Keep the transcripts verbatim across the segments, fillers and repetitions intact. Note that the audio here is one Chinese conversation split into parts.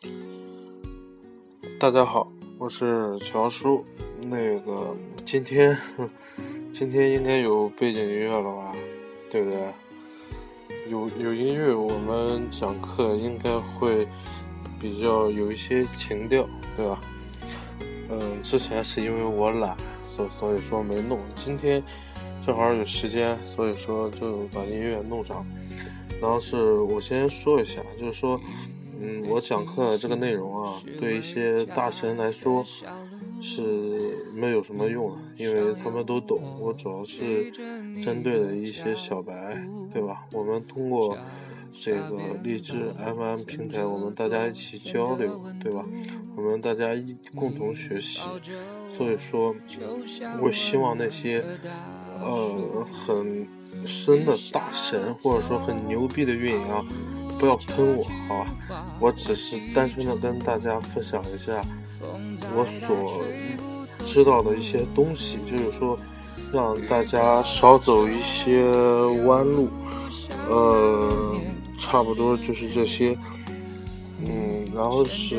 大家好，我是乔叔。那个今天今天应该有背景音乐了吧，对不对？有有音乐，我们讲课应该会比较有一些情调，对吧？嗯，之前是因为我懒，所所以说没弄。今天正好有时间，所以说就把音乐弄上。然后是我先说一下，就是说嗯，我讲课这个内容啊，对一些大神来说是没有什么用的，因为他们都懂。我主要是针对的一些小白，对吧？我们通过这个荔枝 F M 平台，我们大家一起交流，对吧？我们大家一共同学习。所以说，我希望那些呃很深的大神，或者说很牛逼的运营啊，不要喷我，好吧？我只是单纯的跟大家分享一下我所知道的一些东西，就是说让大家少走一些弯路，呃，差不多就是这些。嗯，然后是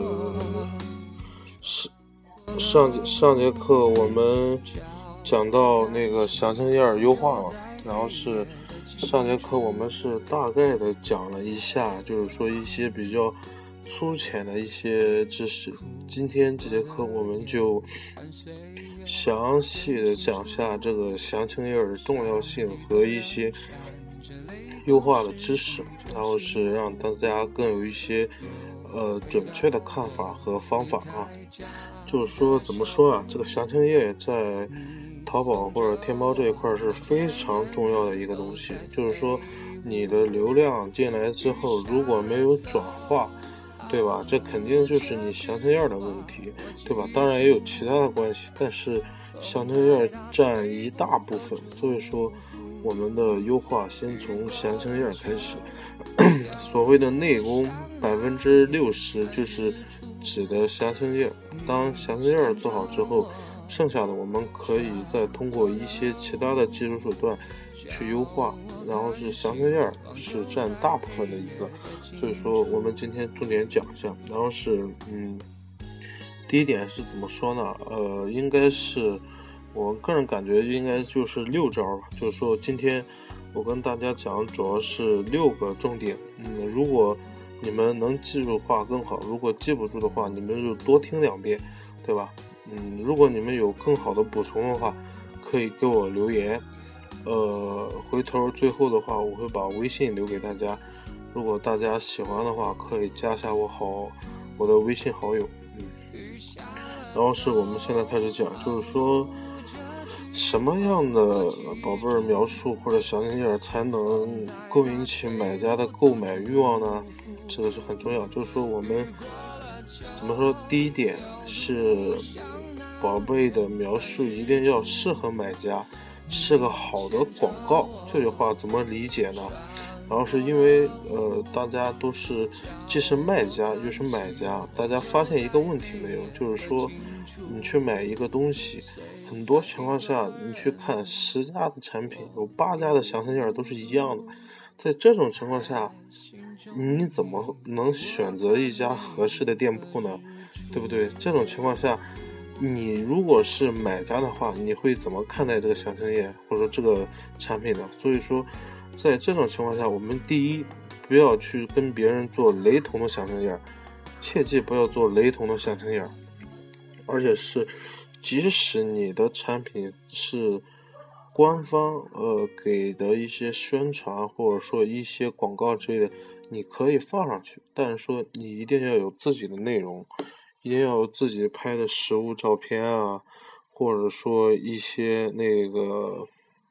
是上上节课我们讲到那个详情页优化了，然后是上节课我们是大概的讲了一下，就是说一些比较粗浅的一些知识。今天这节课我们就详细的讲下这个详情页的重要性和一些优化的知识，然后是让大家更有一些呃准确的看法和方法啊。就是说怎么说啊，这个详情页在淘宝或者天猫这一块是非常重要的一个东西。就是说你的流量进来之后，如果没有转化，对吧？这肯定就是你详情页的问题，对吧？当然也有其他的关系，但是详情页占一大部分，所以说我们的优化先从详情页开始。所谓的内功百分之六十就是指的详情页，当详情页做好之后，剩下的我们可以再通过一些其他的技术手段去优化，然后是详情页是占大部分的一个，所以说我们今天重点讲一下。然后是嗯，第一点是怎么说呢？呃，应该是我个人感觉应该就是六招吧，就是说今天我跟大家讲主要是六个重点。嗯，如果你们能记住的话更好，如果记不住的话，你们就多听两遍，对吧？嗯，如果你们有更好的补充的话，可以给我留言。呃，回头最后的话，我会把微信留给大家。如果大家喜欢的话，可以加下我好我的微信好友。嗯，然后是我们现在开始讲，就是说什么样的宝贝儿描述或者详情页才能勾引起买家的购买欲望呢？这个是很重要。就是说我们怎么说？第一点是宝贝的描述一定要适合买家，是个好的广告。这句话怎么理解呢？然后是因为呃，大家都是既是卖家又是买家，大家发现一个问题没有？就是说你去买一个东西，很多情况下你去看十家的产品，有八家的详情页都是一样的。在这种情况下，你怎么能选择一家合适的店铺呢？对不对？这种情况下，你如果是买家的话，你会怎么看待这个详情页或者说这个产品呢？所以说在这种情况下，我们第一不要去跟别人做雷同的详情页，切记不要做雷同的详情页。而且是即使你的产品是官方呃给的一些宣传或者说一些广告之类的，你可以放上去，但是说你一定要有自己的内容，一定要有自己拍的实物照片啊，或者说一些那个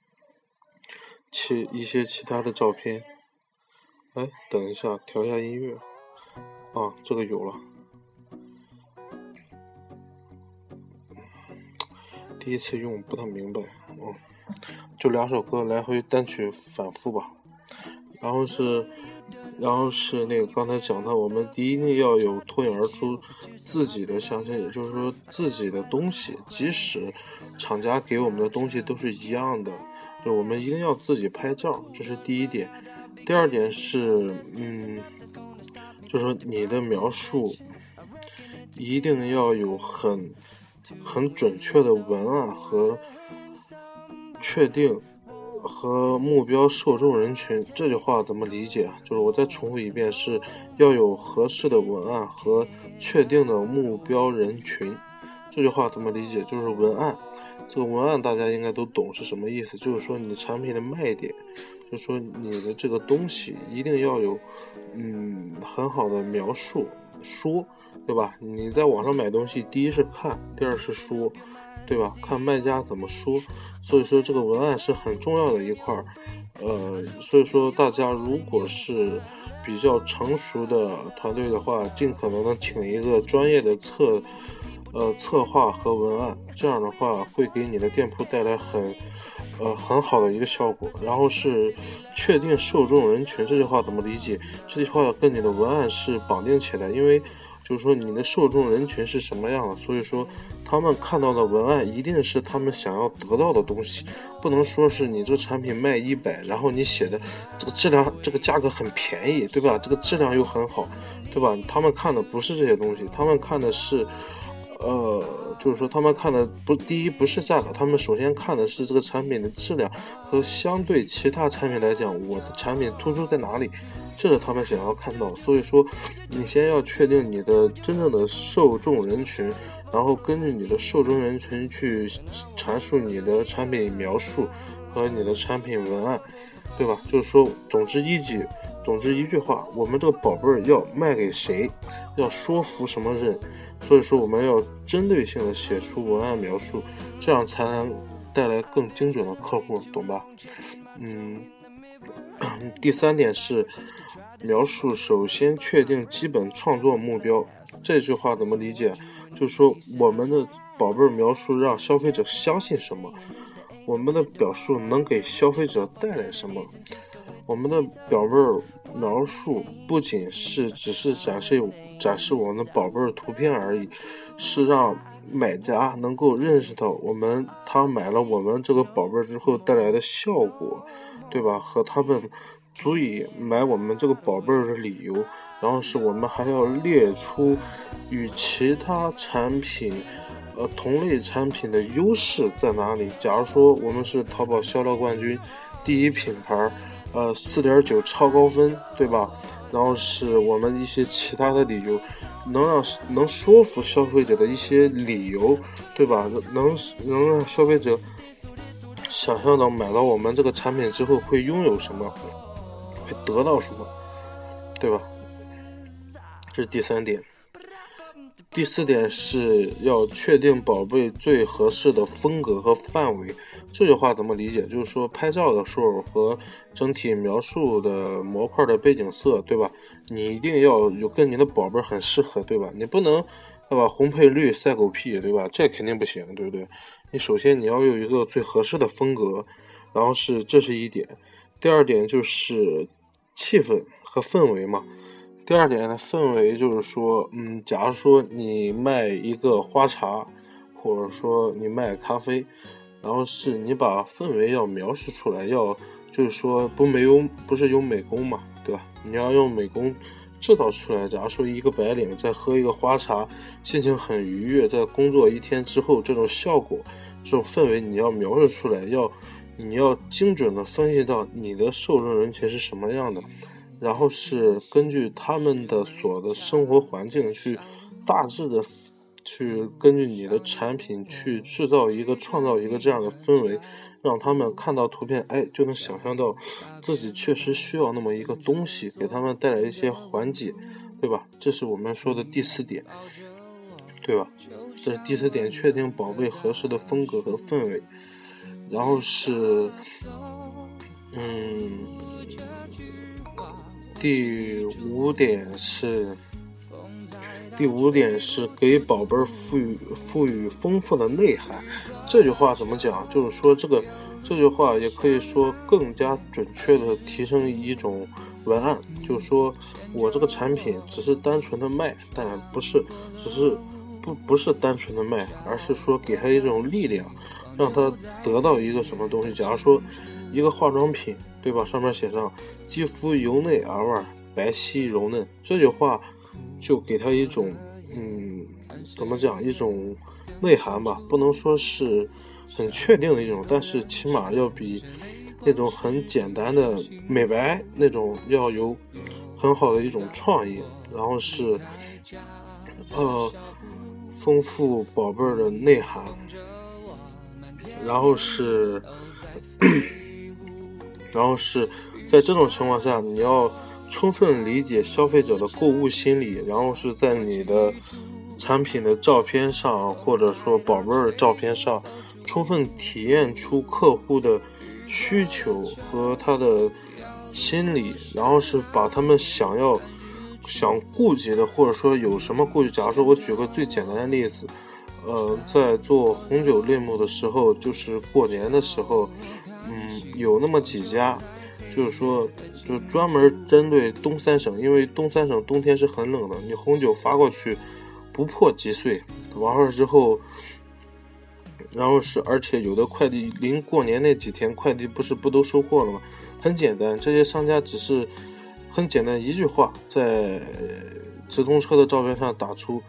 其一些其他的照片。哎，等一下，调一下音乐啊，这个有了。第一次用不太明白，嗯，就两首歌来回单曲反复吧。然后是，然后是那个刚才讲到，我们第一定要有脱颖而出自己的详情，也就是说自己的东西，即使厂家给我们的东西都是一样的，就我们一定要自己拍照，这是第一点。第二点是，嗯， 就是说你的描述一定要有很很准确的文案和确定和目标受众人群。这句话怎么理解？就是我再重复一遍，是要有合适的文案和确定的目标人群。这句话怎么理解？就是文案，这个文案大家应该都懂是什么意思，就是说你产品的卖点，就是说你的这个东西一定要有嗯很好的描述说，对吧？你在网上买东西，第一是看，第二是说，对吧？看卖家怎么说，所以说这个文案是很重要的一块儿。呃，所以说大家如果是比较成熟的团队的话，尽可能的请一个专业的策呃策划和文案，这样的话会给你的店铺带来很呃很好的一个效果。然后是确定受众人群，这句话怎么理解？这句话跟你的文案是绑定起来，因为就是说你的受众人群是什么样的，所以说他们看到的文案一定是他们想要得到的东西，不能说是你这个产品卖一百，然后你写的这个质量这个价格很便宜，对吧？这个质量又很好，对吧？他们看的不是这些东西，他们看的是呃，就是说他们看的不，第一不是价格，他们首先看的是这个产品的质量和相对其他产品来讲，我的产品突出在哪里，这是他们想要看到。所以说你先要确定你的真正的受众人群，然后根据你的受众人群去阐述你的产品描述和你的产品文案，对吧？就是说总之一句总之一句话，我们这个宝贝儿要卖给谁，要说服什么人，所以说我们要针对性的写出文案描述，这样才能带来更精准的客户，懂吧？嗯，第三点是描述，首先确定基本创作目标。这句话怎么理解？就是说我们的宝贝描述让消费者相信什么，我们的表述能给消费者带来什么。我们的宝贝描述不仅是只是展示展示我们的宝贝图片而已，是让买家能够认识到我们他买了我们这个宝贝之后带来的效果，对吧？和他们足以买我们这个宝贝的理由。然后是我们还要列出与其他产品呃同类产品的优势在哪里。假如说我们是淘宝销量冠军第一品牌，呃 四点九 超高分，对吧？然后是我们一些其他的理由，能让能说服消费者的一些理由，对吧？能能让消费者想象到买到我们这个产品之后会拥有什么，会得到什么，对吧？这是第三点。第四点是要确定宝贝最合适的风格和范围。这句话怎么理解？就是说拍照的时候和整体描述的模块的背景色，对吧？你一定要有跟你的宝贝很适合，对吧？你不能对吧红配绿赛狗屁，对吧？这肯定不行，对不对？你首先你要有一个最合适的风格，然后是这是一点。第二点就是气氛和氛围嘛。第二点的氛围就是说，嗯，假如说你卖一个花茶，或者说你卖咖啡，然后是你把氛围要描述出来，要就是说不没有不是有美工嘛，对吧？你要用美工制造出来。假如说一个白领在喝一个花茶，心情很愉悦，在工作一天之后，这种效果，这种氛围你要描述出来，要你要精准的分析到你的受众人群是什么样的。然后是根据他们的所的生活环境去大致的去根据你的产品去制造一个创造一个这样的氛围，让他们看到图片，哎，就能想象到自己确实需要那么一个东西，给他们带来一些缓解，对吧？这是我们说的第四点，对吧？这是第四点，确定宝贝合适的风格和氛围。然后是嗯第五点是，第五点是给宝贝赋予赋予丰富的内涵。这句话怎么讲？就是说这个这句话也可以说更加准确的提升一种文案，就是说我这个产品只是单纯的卖，但不是只是不不是单纯的卖，而是说给他一种力量，让他得到一个什么东西。假如说一个化妆品，对吧？上面写上肌肤由内而外白皙柔嫩。这句话就给他一种嗯怎么讲一种内涵吧，不能说是很确定的一种，但是起码要比那种很简单的美白那种要有很好的一种创意，然后是呃丰富宝贝的内涵，然后是然后是在这种情况下，你要充分理解消费者的购物心理，然后是在你的产品的照片上或者说宝贝儿照片上充分体验出客户的需求和他的心理，然后是把他们想要想顾及的或者说有什么顾虑。假如说我举个最简单的例子，呃，在做红酒类目的时候，就是过年的时候，嗯，有那么几家就是说就专门针对东三省，因为东三省冬天是很冷的，你红酒发过去不破几岁，完了之后然后是而且有的快递临过年那几天快递不是不都收货了吗？很简单，这些商家只是很简单一句话在直通车的照片上打出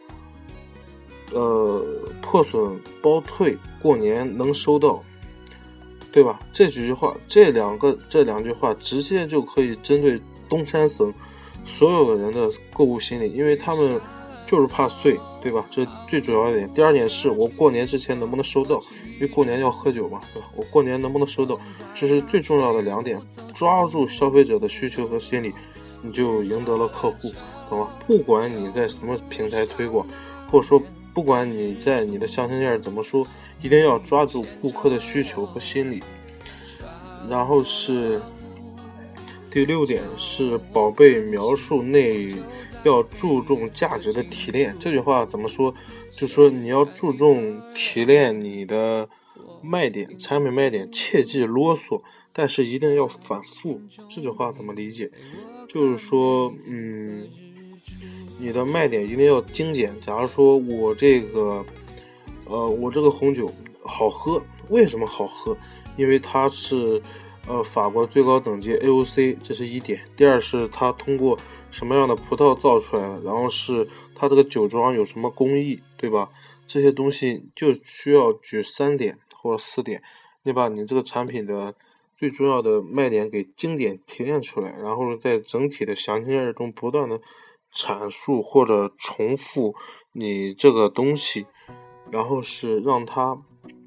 呃破损包退，过年能收到，对吧？这几句话，这两个这两句话直接就可以针对东三省所有的人的购物心理，因为他们就是怕碎，对吧？这最主要一点。第二点是我过年之前能不能收到，因为过年要喝酒嘛，对吧？我过年能不能收到，这是最重要的两点。抓住消费者的需求和心理，你就赢得了客户，懂吗？不管你在什么平台推广，或者说不管你在你的详情页怎么说，一定要抓住顾客的需求和心理。然后是第六点是宝贝描述内要注重价值的提炼。这句话怎么说？就说你要注重提炼你的卖点，产品卖点，切忌啰嗦，但是一定要反复。这句话怎么理解？就是说嗯你的卖点一定要精简。假如说我这个呃我这个红酒好喝，为什么好喝？因为它是呃法国最高等级 A O C， 这是一点。第二是它通过什么样的葡萄造出来的，然后是它这个酒庄有什么工艺，对吧？这些东西就需要举三点或者四点，你把你这个产品的最重要的卖点给精简提炼出来，然后在整体的详情页中不断的阐述或者重复你这个东西，然后是让它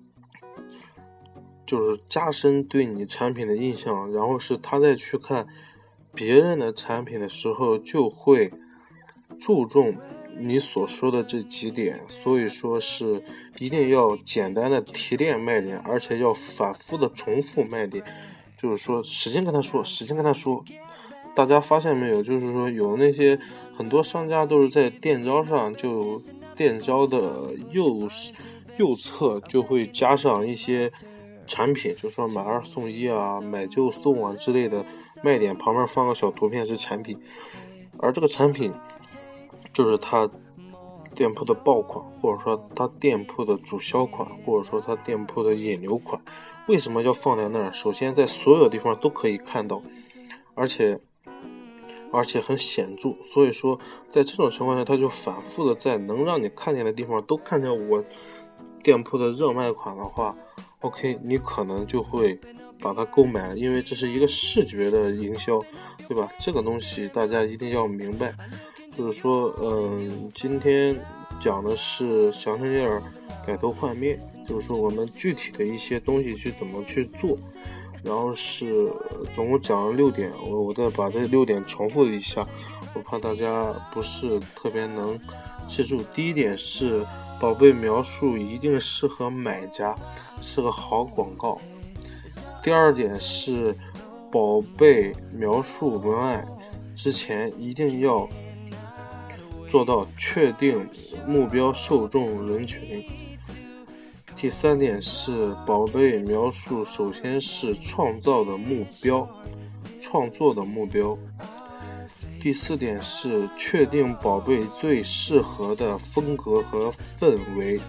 就是加深对你产品的印象，然后是他再去看别人的产品的时候就会注重你所说的这几点。所以说是一定要简单的提炼卖点，而且要反复的重复卖点，就是说使劲跟他说使劲跟他说。大家发现没有，就是说有那些很多商家都是在店招上，就店招的右右侧就会加上一些产品，就说买二送一啊，买就送啊之类的卖点，旁边放个小图片是产品，而这个产品就是他店铺的爆款，或者说他店铺的主销款，或者说他店铺的引流款。为什么要放在那儿？首先在所有地方都可以看到，而且而且很显著，所以说在这种情况下，他就反复的在能让你看见的地方都看见我店铺的热卖款的话， OK， 你可能就会把它购买了，因为这是一个视觉的营销，对吧？这个东西大家一定要明白。就是说嗯，今天讲的是详情页改头换面，就是说我们具体的一些东西去怎么去做，然后是总共讲了六点，我我再把这六点重复一下，我怕大家不是特别能记住。第一点是宝贝描述一定适合买家，是个好广告。第二点是宝贝描述文案之前一定要做到确定目标受众人群。第三点是宝贝描述首先是创造的目标，创作的目标。第四点是确定宝贝最适合的风格和氛围。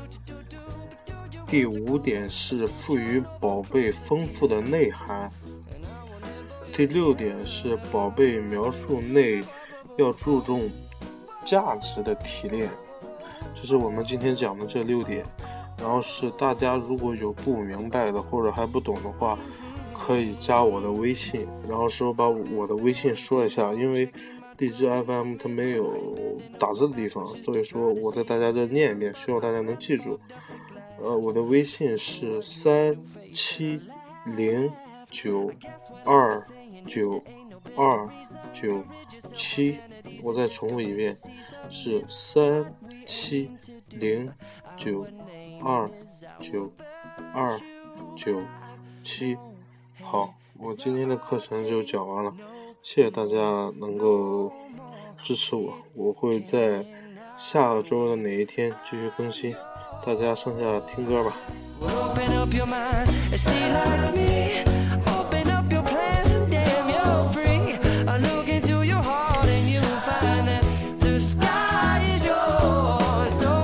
第五点是赋予宝贝丰富的内涵。 第六点是宝贝描述内要注重价值的提炼，这是我们今天讲的这六点。然后是大家如果有不明白的或者还不懂的话，可以加我的微信，然后是我把我的微信说一下，因为荔枝 F M 它没有打字的地方，所以说我在大家这念一遍，希望大家能记住。呃，我的微信是三七零九二九二九七，我再重复一遍，是三七零九二九二九七。好，我今天的课程就讲完了，谢谢大家能够支持我，我会在下个周的哪一天继续更新，大家剩下听歌吧。So